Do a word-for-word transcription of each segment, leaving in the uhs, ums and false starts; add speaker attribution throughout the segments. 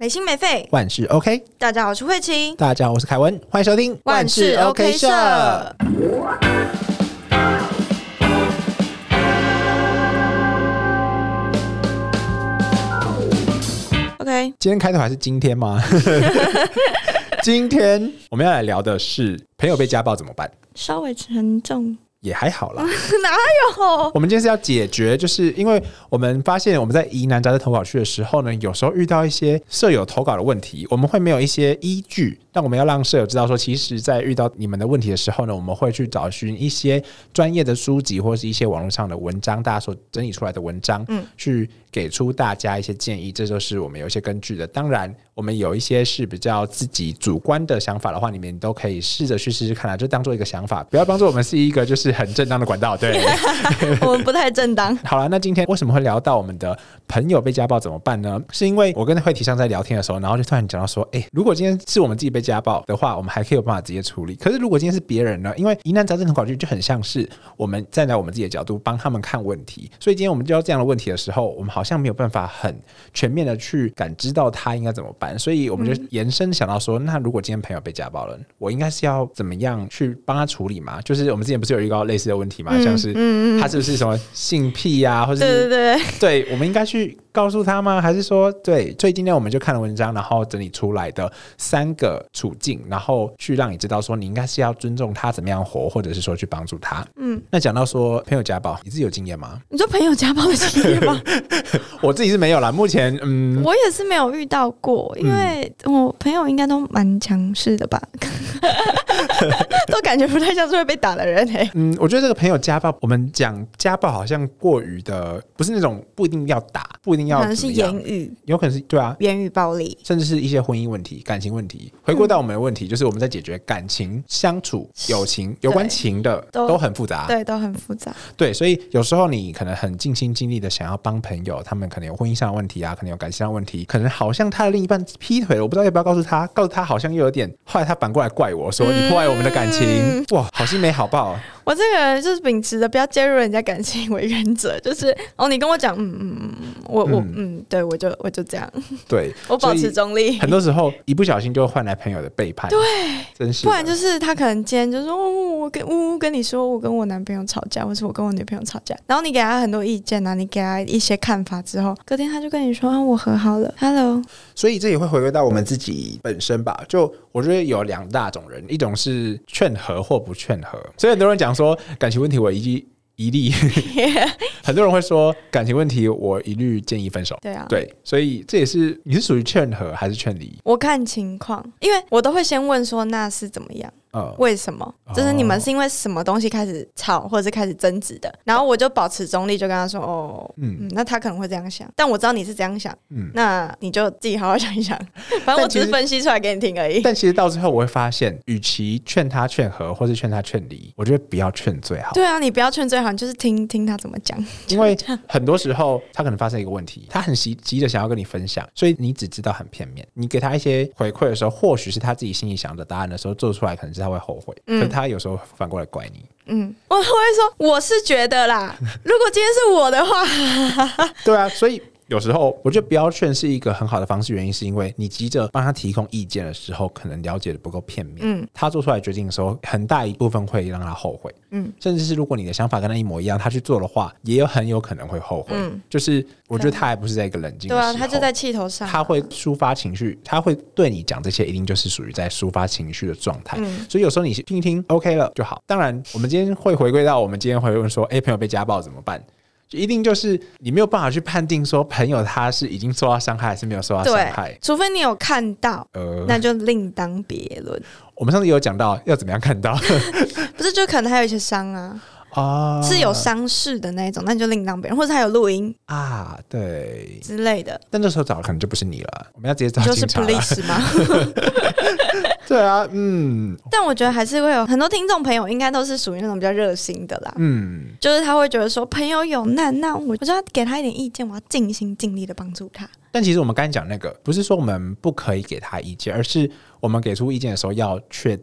Speaker 1: 没心没肺，
Speaker 2: 万事 OK。
Speaker 1: 大家好，我是慧琪。
Speaker 2: 大家好，我是凯文，欢迎收听
Speaker 1: 万事 OK 社。OK，
Speaker 2: 今天开头还是今天吗？今天我们要来聊的是朋友被家暴怎么办。
Speaker 1: 稍微沉重
Speaker 2: 也还好啦。
Speaker 1: 哪有？
Speaker 2: 我们今天是要解决，就是因为我们发现我们在疑难杂症投稿区的时候呢，有时候遇到一些舍友投稿的问题，我们会没有一些依据，但我们要让舍友知道说，其实在遇到你们的问题的时候呢，我们会去找寻一些专业的书籍或是一些网络上的文章，大家所整理出来的文章，嗯，去给出大家一些建议，这就是我们有一些根据的。当然我们有一些是比较自己主观的想法的话，你们都可以试着去试试看啦，就当做一个想法，不要当做我们是一个就是很正当的管道。对
Speaker 1: 我们不太正当。
Speaker 2: 好了，那今天为什么会聊到我们的朋友被家暴怎么办呢？是因为我跟慧体上在聊天的时候，然后就突然讲到说，哎、欸，如果今天是我们自己被家暴的话，我们还可以有办法直接处理，可是如果今天是别人呢？因为疑难杂症投稿区就很像是我们站在我们自己的角度帮他们看问题，所以今天我们遇到这样的问题的时候，我们好像没有办法很全面的去感知到他应该怎么办，所以我们就延伸想到说，那如果今天朋友被家暴了，我应该是要怎么样去帮他处理嘛？就是我们之前不是有遇到类似的问题嘛，嗯、像是他是不是什么性癖啊，或者
Speaker 1: 对对对
Speaker 2: 对，我们应该去告诉他吗？还是说，对，所以今天我们就看了文章，然后整理出来的三个处境，然后去让你知道说，你应该是要尊重他怎么样活，或者是说去帮助他。嗯，那讲到说朋友家暴，你自己有经验吗？
Speaker 1: 你说朋友家暴的经验吗？
Speaker 2: 我自己是没有啦，目前嗯，
Speaker 1: 我也是没有遇到过，因为我朋友应该都蛮强势的吧。都感觉不太像是会被打的人、欸、
Speaker 2: 嗯，我觉得这个朋友家暴，我们讲家暴好像过于的，不是那种不一定要打，不一定要
Speaker 1: 可能是言语，
Speaker 2: 有可能是对啊，
Speaker 1: 言语暴力，
Speaker 2: 甚至是一些婚姻问题、感情问题。回归到我们的问题，嗯、就是我们在解决感情、相处、友情有关情的 都, 都很复杂，
Speaker 1: 对，都很复杂。
Speaker 2: 对，所以有时候你可能很尽心尽力的想要帮朋友，他们可能有婚姻上的问题啊，可能有感情上的问题，可能好像他的另一半劈腿了，我不知道要不要告诉他，告诉他好像又有点，后来他反过来怪我说、嗯、你破坏我们的感情。嗯、哇，好心没好报。
Speaker 1: 我这个人就是秉持着不要介入人家感情为原则，就是哦，你跟我讲，嗯嗯嗯，我我嗯, 嗯，对我就我就这样，
Speaker 2: 对
Speaker 1: 我保持中立。
Speaker 2: 很多时候一不小心就会换来朋友的背叛，
Speaker 1: 对，
Speaker 2: 真是。
Speaker 1: 不然就是他可能今天就说，哦、我跟呜呜跟你说，我跟我男朋友吵架，或是我跟我女朋友吵架，然后你给他很多意见啊，你给他一些看法之后，隔天他就跟你说，啊、我和好了 ，Hello。
Speaker 2: 所以这也会回归到我们自己本身吧。就我觉得有两大种人，一种是劝和或不劝和。所以很多人讲说感情问题我一一律很多人会说感情问题我一律建议分手。
Speaker 1: 对啊，
Speaker 2: 对，所以这也是你是属于劝和还是劝离？
Speaker 1: 我看情况，因为我都会先问说那是怎么样。Uh, 为什么？就是你们是因为什么东西开始吵，或者是开始争执的？然后我就保持中立，就跟他说：“哦，嗯，嗯那他可能会这样想，但我知道你是这样想，嗯，那你就自己好好想一想。反正我只是分析出来给你听而已。”
Speaker 2: 但其实到最后，我会发现，与其劝他劝和，或是劝他劝离，我觉得不要劝最好。
Speaker 1: 对啊，你不要劝最好，你就是听听他怎么讲。
Speaker 2: 因为很多时候他可能发生一个问题，他很急急的想要跟你分享，所以你只知道很片面。你给他一些回馈的时候，或许是他自己心里想的答案的时候，做出来可能是他会后悔。嗯，可是他有时候反过来怪你。
Speaker 1: 嗯，我会说我是觉得啦，如果今天是我的话
Speaker 2: 对啊，所以有时候我觉得不要劝是一个很好的方式，原因是因为你急着帮他提供意见的时候，可能了解的不够片面。嗯，他做出来决定的时候，很大一部分会让他后悔。嗯，甚至是如果你的想法跟他一模一样，他去做的话，也有很有可能会后悔。嗯，就是我觉得他还不是在一个冷静的时候，
Speaker 1: 对啊，他就在气头上，
Speaker 2: 他会抒发情绪，他会对你讲这些，一定就是属于在抒发情绪的状态。嗯，所以有时候你听一听 OK 了就好。当然，我们今天会回归到我们今天会问说，哎，朋友被家暴怎么办？一定就是你没有办法去判定说朋友他是已经受到伤害还是没有受到伤害，
Speaker 1: 除非你有看到、呃、那就另当别论。
Speaker 2: 我们上次有讲到要怎么样看到
Speaker 1: 不是就可能还有一些伤啊啊，是有伤势的那一种，那就另当别论，或者还有录音
Speaker 2: 啊，对之
Speaker 1: 类的。
Speaker 2: 但那时候找的可能就不是你了，我们要直接找警察了，
Speaker 1: 就是 police 吗？
Speaker 2: 对啊，嗯。
Speaker 1: 但我觉得还是会有很多听众朋友，应该都是属于那种比较热心的啦。嗯，就是他会觉得说朋友有难，那我就要给他一点意见，我要尽心尽力的帮助他。
Speaker 2: 但其实我们刚才讲那个，不是说我们不可以给他意见，而是我们给出意见的时候要确定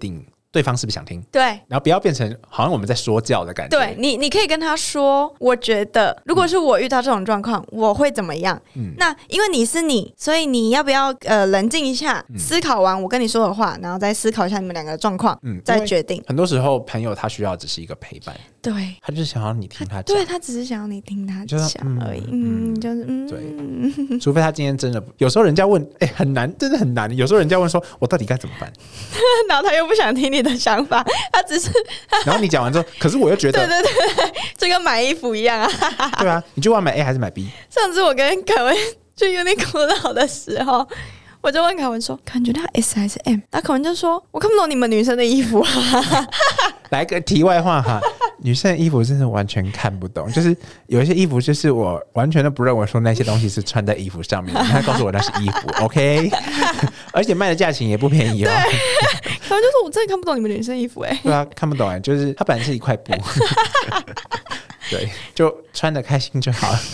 Speaker 2: 对方是不是想听，
Speaker 1: 对，
Speaker 2: 然后不要变成好像我们在说教的感觉。
Speaker 1: 对，你你可以跟他说，我觉得如果是我遇到这种状况、嗯、我会怎么样、嗯、那因为你是你，所以你要不要呃冷静一下、嗯、思考完我跟你说的话，然后再思考一下你们两个的状况、嗯、再决定。
Speaker 2: 很多时候朋友他需要只是一个陪伴，
Speaker 1: 对，
Speaker 2: 他就是想要你听他讲，
Speaker 1: 对，他只是想要你听他讲而已。嗯，嗯就是嗯，
Speaker 2: 对，除非他今天真的，有时候人家问，哎、欸，很难，真的很难。有时候人家问说，我到底该怎么办？
Speaker 1: 然后他又不想听你的想法，他只是，
Speaker 2: 然后你讲完之后，可是我又觉得，
Speaker 1: 对对对，就跟买衣服一样啊。
Speaker 2: 对啊，你就要买 A 还是买 B？
Speaker 1: 上次我跟凯文去 Uniqlo 的时候。我就问凯文说感觉他 S 还是 M， 然后凯文就说我看不懂你们女生的衣服啊。
Speaker 2: 来个题外话哈，女生的衣服真的完全看不懂，就是有一些衣服就是我完全都不认为说那些东西是穿在衣服上面的，他告诉我那是衣服OK 而且卖的价钱也不便宜哦。
Speaker 1: 凯文就说我真的看不懂你们女生衣服。哎，
Speaker 2: 对啊，看不懂哎，就是它本来是一块布对，就穿得开心就好了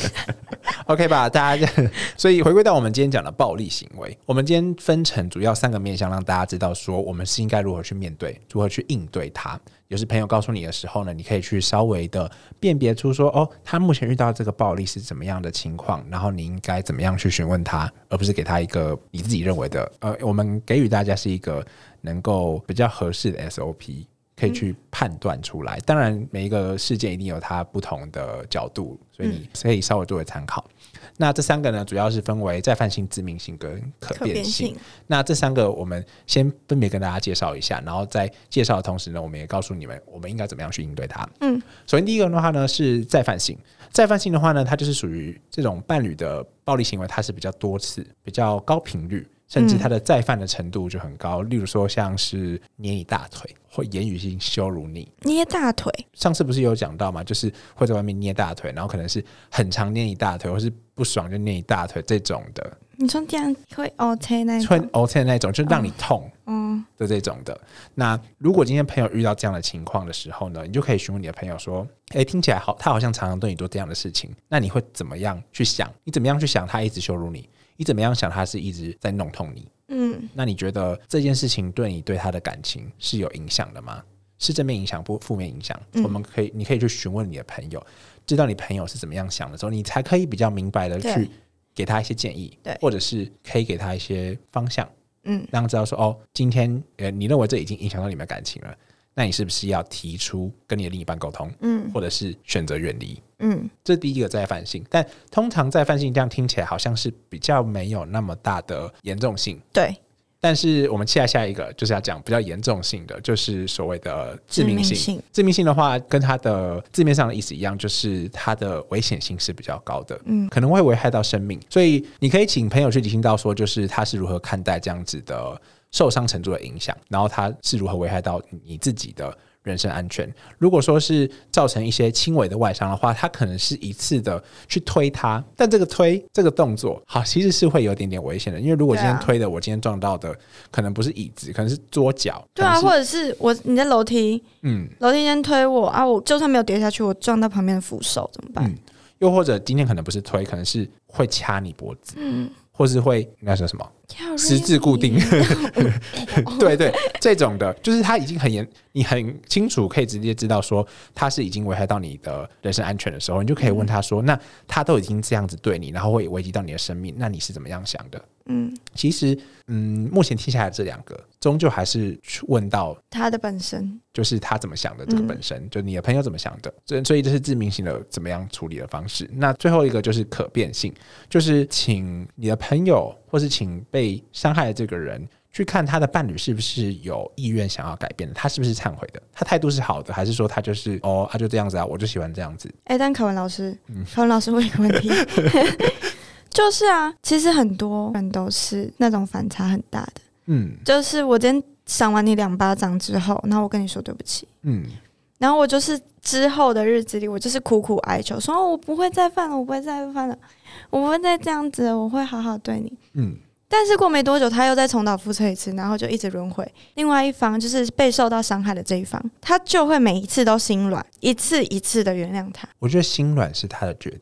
Speaker 2: OK 吧，大家所以回归到我们今天讲的暴力行为，我们今天分成主要三个面向，让大家知道说我们是应该如何去面对，如何去应对它。有时朋友告诉你的时候呢，你可以去稍微的辨别出说，哦，他目前遇到这个暴力是怎么样的情况，然后你应该怎么样去询问他，而不是给他一个你自己认为的呃，我们给予大家是一个能够比较合适的 S O P，可以去判断出来。当然每一个事件一定有它不同的角度，所以你可以稍微作为参考。那这三个呢，主要是分为再犯性、致命性跟可变性。那这三个我们先分别跟大家介绍一下，然后在介绍的同时呢，我们也告诉你们我们应该怎么样去应对它。嗯，首先第一个的话呢是再犯性。再犯性的话呢，它就是属于这种伴侣的暴力行为，它是比较多次、比较高频率，甚至它的再犯的程度就很高。例如说像是捏你大腿或言语性羞辱你。
Speaker 1: 捏大腿
Speaker 2: 上次不是有讲到吗？就是会在外面捏大腿，然后可能是很常捏你大腿，或是不爽就捏你大腿这种的。
Speaker 1: 你说这样会 O K 那种，
Speaker 2: 会 O K 那种，就让你痛的这种的、嗯嗯、那如果今天朋友遇到这样的情况的时候呢，你就可以询问你的朋友说，哎，听起来好，他好像常常对你做这样的事情，那你会怎么样去想？你怎么样去想他一直羞辱你？你怎么样想他是一直在弄痛你？嗯，那你觉得这件事情对你对他的感情是有影响的吗？是正面影响不负面影响、嗯、我们可以你可以去询问你的朋友，知道你朋友是怎么样想的时候，你才可以比较明白的去给他一些建议，或者是可以给他一些方向，嗯，让他知道说，哦，今天呃你认为这已经影响到你们的感情了，那你是不是要提出跟你的另一半沟通，嗯，或者是选择远离，嗯，这是第一个再犯性。但通常再犯性这样听起来好像是比较没有那么大的严重性，对。但是我们接下来一个就是要讲比较严重性的，就是所谓的致命性。致命性, 致命性的话跟它的字面上的意思一样，就是它的危险性是比较高的，嗯，可能会危害到生命。所以你可以请朋友去理清到说，就是他是如何看待这样子的受伤程度的影响，然后他是如何危害到你自己的人身安全。如果说是造成一些轻微的外伤的话，他可能是一次的去推他，但这个推这个动作好其实是会有点点危险的，因为如果今天推的、啊、我今天撞到的可能不是椅子，可能是桌角，
Speaker 1: 对啊，或者是我你在楼梯，嗯，楼梯先推我啊，我就算没有跌下去，我撞到旁边的扶手怎么办？嗯，
Speaker 2: 又或者今天可能不是推，可能是会掐你脖子，嗯，或是会那是什么十字固定对对，这种的就是他已经很严，你很清楚可以直接知道说他是已经危害到你的人身安全的时候，你就可以问他说、嗯、那他都已经这样子对你，然后会危及到你的生命，那你是怎么样想的？嗯，其实嗯，目前听下来这两个终究还是问到
Speaker 1: 他的本身，
Speaker 2: 就是他怎么想的这个本身、嗯、就你的朋友怎么想的，所以这是致命性的怎么样处理的方式。那最后一个就是可变性，就是请你的朋友或是请被伤害的这个人去看他的伴侣是不是有意愿想要改变的，他是不是忏悔的，他态度是好的，还是说他就是哦啊就这样子啊，我就喜欢这样子。哎、
Speaker 1: 欸，但凯文老师、嗯、凯文老师问一个问题就是啊，其实很多人都是那种反差很大的，嗯，就是我今天赏完你两巴掌之后，然后我跟你说对不起，嗯，然后我就是之后的日子里，我就是苦苦哀求说、哦、我不会再犯了，我不会再犯了，我不会再这样子了，我会好好对你，嗯。但是过没多久他又再重蹈覆辙一次，然后就一直轮回。另外一方就是被受到伤害的这一方，他就会每一次都心软，一次一次的原谅他。
Speaker 2: 我觉得心软是他的决定，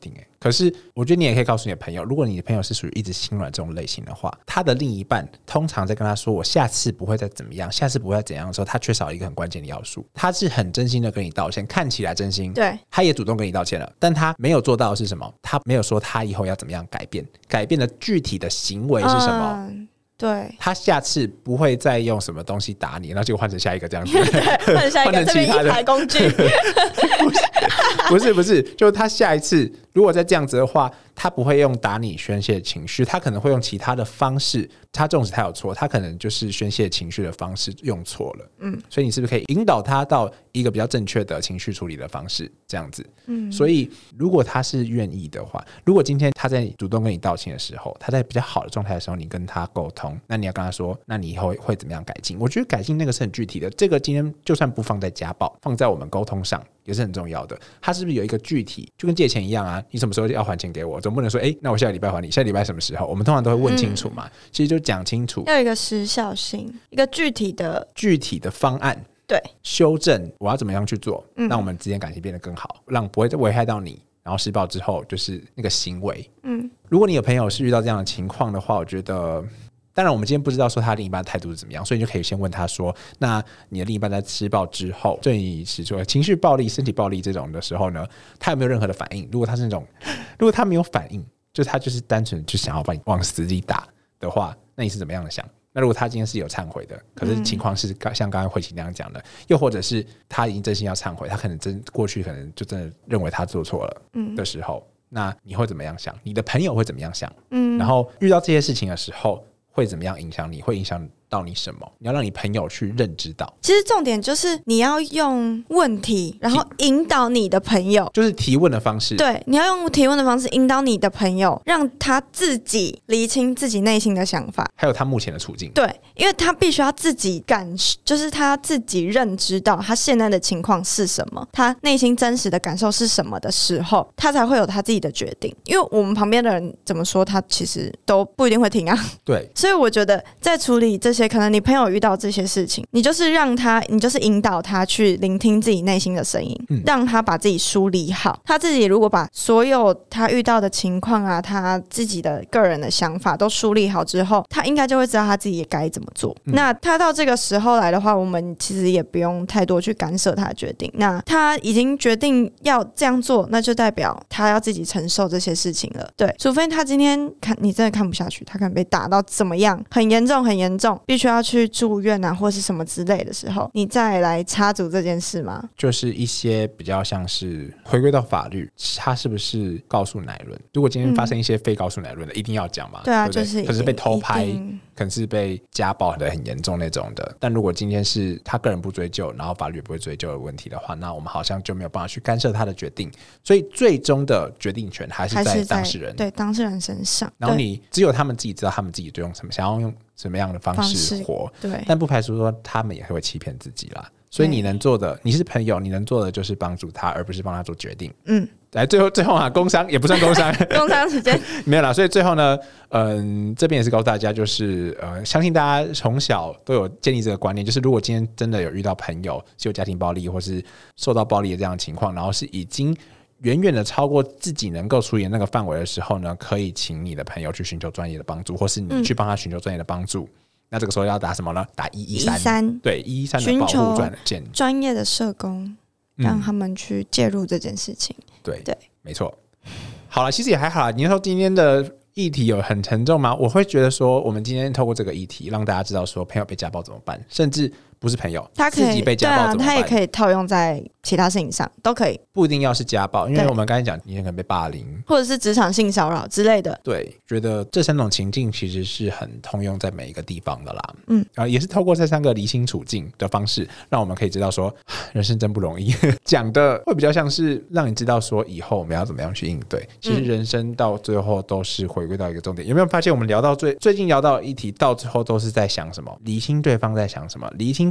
Speaker 2: 可是我觉得你也可以告诉你的朋友，如果你的朋友是属于一直心软这种类型的话，他的另一半通常在跟他说我下次不会再怎么样，下次不会再怎样的时候，他缺少一个很关键的要素，他是很真心的跟你道歉，看起来真心，
Speaker 1: 对，
Speaker 2: 他也主动跟你道歉了，但他没有做到的是什么？他没有说他以后要怎么样改变，改变的具体的行为是什么？嗯，
Speaker 1: 对，
Speaker 2: 他下次不会再用什么东西打你，然后就换成下一个这样子，
Speaker 1: 对，换成下一个，这边一排工具。
Speaker 2: 不是不是，就是他下一次如果再这样子的话，他不会用打你宣泄情绪，他可能会用其他的方式。他纵使他有错，他可能就是宣泄情绪的方式用错了。嗯，所以你是不是可以引导他到一个比较正确的情绪处理的方式？这样子，嗯，所以如果他是愿意的话，如果今天他在主动跟你道歉的时候，他在比较好的状态的时候，你跟他沟通，那你要跟他说，那你以后会怎么样改进？我觉得改进那个是很具体的。这个今天就算不放在家暴，放在我们沟通上也是很重要的。他是不是有一个具体，就跟借钱一样啊？你什么时候要还钱给我？总不能说，哎、欸，那我下个礼拜还你，下个礼拜什么时候？我们通常都会问清楚嘛。嗯、其实就讲清楚，
Speaker 1: 要有一个时效性，一个具体的
Speaker 2: 具体的方案。
Speaker 1: 对，
Speaker 2: 修正我要怎么样去做，嗯、让我们之间感情变得更好，让不会危害到你。然后施暴之后就是那个行为。嗯，如果你有朋友是遇到这样的情况的话，我觉得。当然我们今天不知道说他另一半的态度是怎么样，所以你就可以先问他说，那你的另一半在施暴之后，对你是说情绪暴力、身体暴力这种的时候呢，他有没有任何的反应？如果他是那种如果他没有反应，就是他就是单纯就想要把你往死里打的话，那你是怎么样的想？那如果他今天是有忏悔的，可是情况是像刚才慧琪那样讲的，又或者是他已经真心要忏悔，他可能真过去可能就真的认为他做错了的时候，那你会怎么样想？你的朋友会怎么样想？嗯，然后遇到这些事情的时候会怎么样影响你？会影响到你什么？你要让你朋友去认知到。
Speaker 1: 其实重点就是你要用问题，然后引导你的朋友，
Speaker 2: 就是提问的方式。
Speaker 1: 对，你要用提问的方式引导你的朋友，让他自己厘清自己内心的想法，
Speaker 2: 还有他目前的处境。
Speaker 1: 对，因为他必须要自己感，就是他自己认知到他现在的情况是什么，他内心真实的感受是什么的时候，他才会有他自己的决定。因为我们旁边的人怎么说，他其实都不一定会听啊。
Speaker 2: 对，
Speaker 1: 所以我觉得在处理这些，可能你朋友遇到这些事情，你就是让他，你就是引导他去聆听自己内心的声音，嗯、让他把自己梳理好。他自己如果把所有他遇到的情况啊，他自己的个人的想法都梳理好之后，他应该就会知道他自己也该怎么做。嗯、那他到这个时候来的话，我们其实也不用太多去干涉他的决定。那他已经决定要这样做，那就代表他要自己承受这些事情了。对，除非他今天看你真的看不下去，他可能被打到怎么样，很严重很严重，必须要去住院啊或是什么之类的时候，你再来插足这件事吗？
Speaker 2: 就是一些比较像是回归到法律，他是不是告诉乃论？如果今天发生一些非告诉乃论的，嗯、一定要讲嘛？
Speaker 1: 对啊，
Speaker 2: 对对，
Speaker 1: 就是
Speaker 2: 可是被偷拍，可能是被家暴的很严重那种的。但如果今天是他个人不追究，然后法律也不会追究的问题的话，那我们好像就没有办法去干涉他的决定。所以最终的决定权还是在当事人，
Speaker 1: 对当事人身上。
Speaker 2: 然后你只有他们自己知道，他们自己就用什么想要用什么样的方式活，
Speaker 1: 对，
Speaker 2: 但不排除说他们也会欺骗自己啦。所以你能做的，你是朋友，你能做的就是帮助他，而不是帮他做决定。嗯，来最后最后啊，工商也不算工商，
Speaker 1: 工商时间
Speaker 2: 没有啦。所以最后呢，嗯，这边也是告诉大家，就是呃，相信大家从小都有建立这个观念，就是如果今天真的有遇到朋友是有家庭暴力或是受到暴力的这样的情况，然后是已经远远的超过自己能够处理的那个范围的时候呢，可以请你的朋友去寻求专业的帮助，或是你去帮他寻求专业的帮助。嗯，那这个时候要打什么呢？打一一三，对一一三的保护专线，
Speaker 1: 专业的社工，让他们去介入这件事情。
Speaker 2: 嗯、对对，没错。好了，其实也还好啦。你说今天的议题有很沉重吗？我会觉得说，我们今天透过这个议题，让大家知道说，朋友被家暴怎么办，甚至不是朋友，
Speaker 1: 他可以
Speaker 2: 自己被家暴怎么办？
Speaker 1: 对啊，他也可以套用在其他事情上，都可以，
Speaker 2: 不一定要是家暴，因为我们刚才讲，你可能被霸凌，
Speaker 1: 或者是职场性骚扰之类的。
Speaker 2: 对，觉得这三种情境其实是很通用在每一个地方的啦。嗯，啊，也是透过这三个厘清处境的方式，让我们可以知道说，人生真不容易。讲的会比较像是让你知道说，以后我们要怎么样去应对。其实人生到最后都是回归到一个重点。有没有发现我们聊到最最近聊到的议题，到最后都是在想什么？厘清对方在想什么，厘清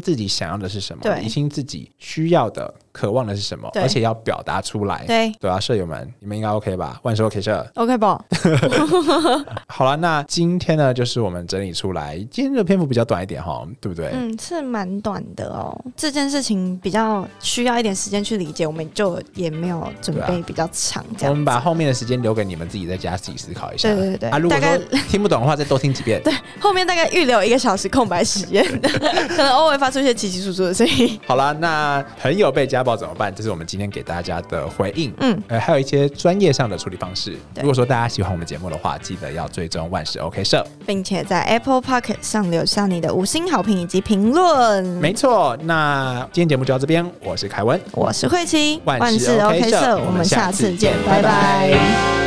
Speaker 2: 自己想要的是什么，
Speaker 1: 对，
Speaker 2: 理清自己需要的渴望的是什么，而且要表达出来。
Speaker 1: 对
Speaker 2: 对啊，舍友们你们应该 OK 吧？万事 OK 社
Speaker 1: OK 吧
Speaker 2: 好了，那今天呢就是我们整理出来，今天的篇幅比较短一点齁，对不对？
Speaker 1: 嗯，是蛮短的哦。这件事情比较需要一点时间去理解，我们就也没有准备比较长这样、啊、
Speaker 2: 我们把后面的时间留给你们自己在家自己思考一下。
Speaker 1: 对对对
Speaker 2: 啊，如果说听不懂的话再多听几遍
Speaker 1: 对，后面大概预留一个小时空白时间可能偶尔发出一些奇奇簌簌的声音。
Speaker 2: 好啦，那朋友被家暴怎么办？这是我们今天给大家的回应。嗯，呃，还有一些专业上的处理方式。如果说大家喜欢我们节目的话，记得要追踪万事 OK 社，
Speaker 1: 并且在 Apple Podcast 上留下你的五星好评以及评论。
Speaker 2: 没错，那今天节目就到这边，我是凯文，
Speaker 1: 我是慧琪，
Speaker 2: 万事 OK 社，
Speaker 1: 我们下次见，拜拜。